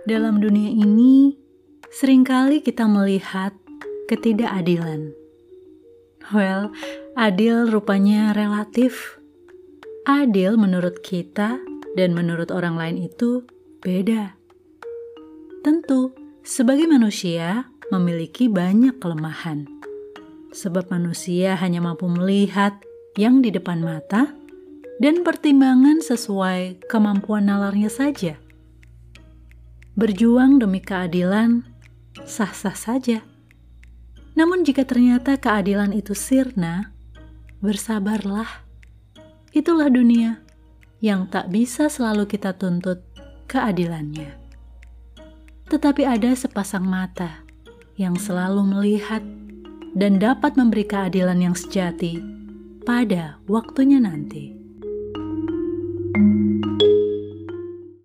Dalam dunia ini, seringkali kita melihat ketidakadilan. Well, adil rupanya relatif. Adil menurut kita dan menurut orang lain itu beda. Tentu, sebagai manusia memiliki banyak kelemahan. Sebab manusia hanya mampu melihat yang di depan mata dan pertimbangan sesuai kemampuan nalarnya saja. Berjuang demi keadilan sah-sah saja. Namun jika ternyata keadilan itu sirna, bersabarlah. Itulah dunia yang tak bisa selalu kita tuntut keadilannya. Tetapi ada sepasang mata yang selalu melihat dan dapat memberi keadilan yang sejati pada waktunya nanti.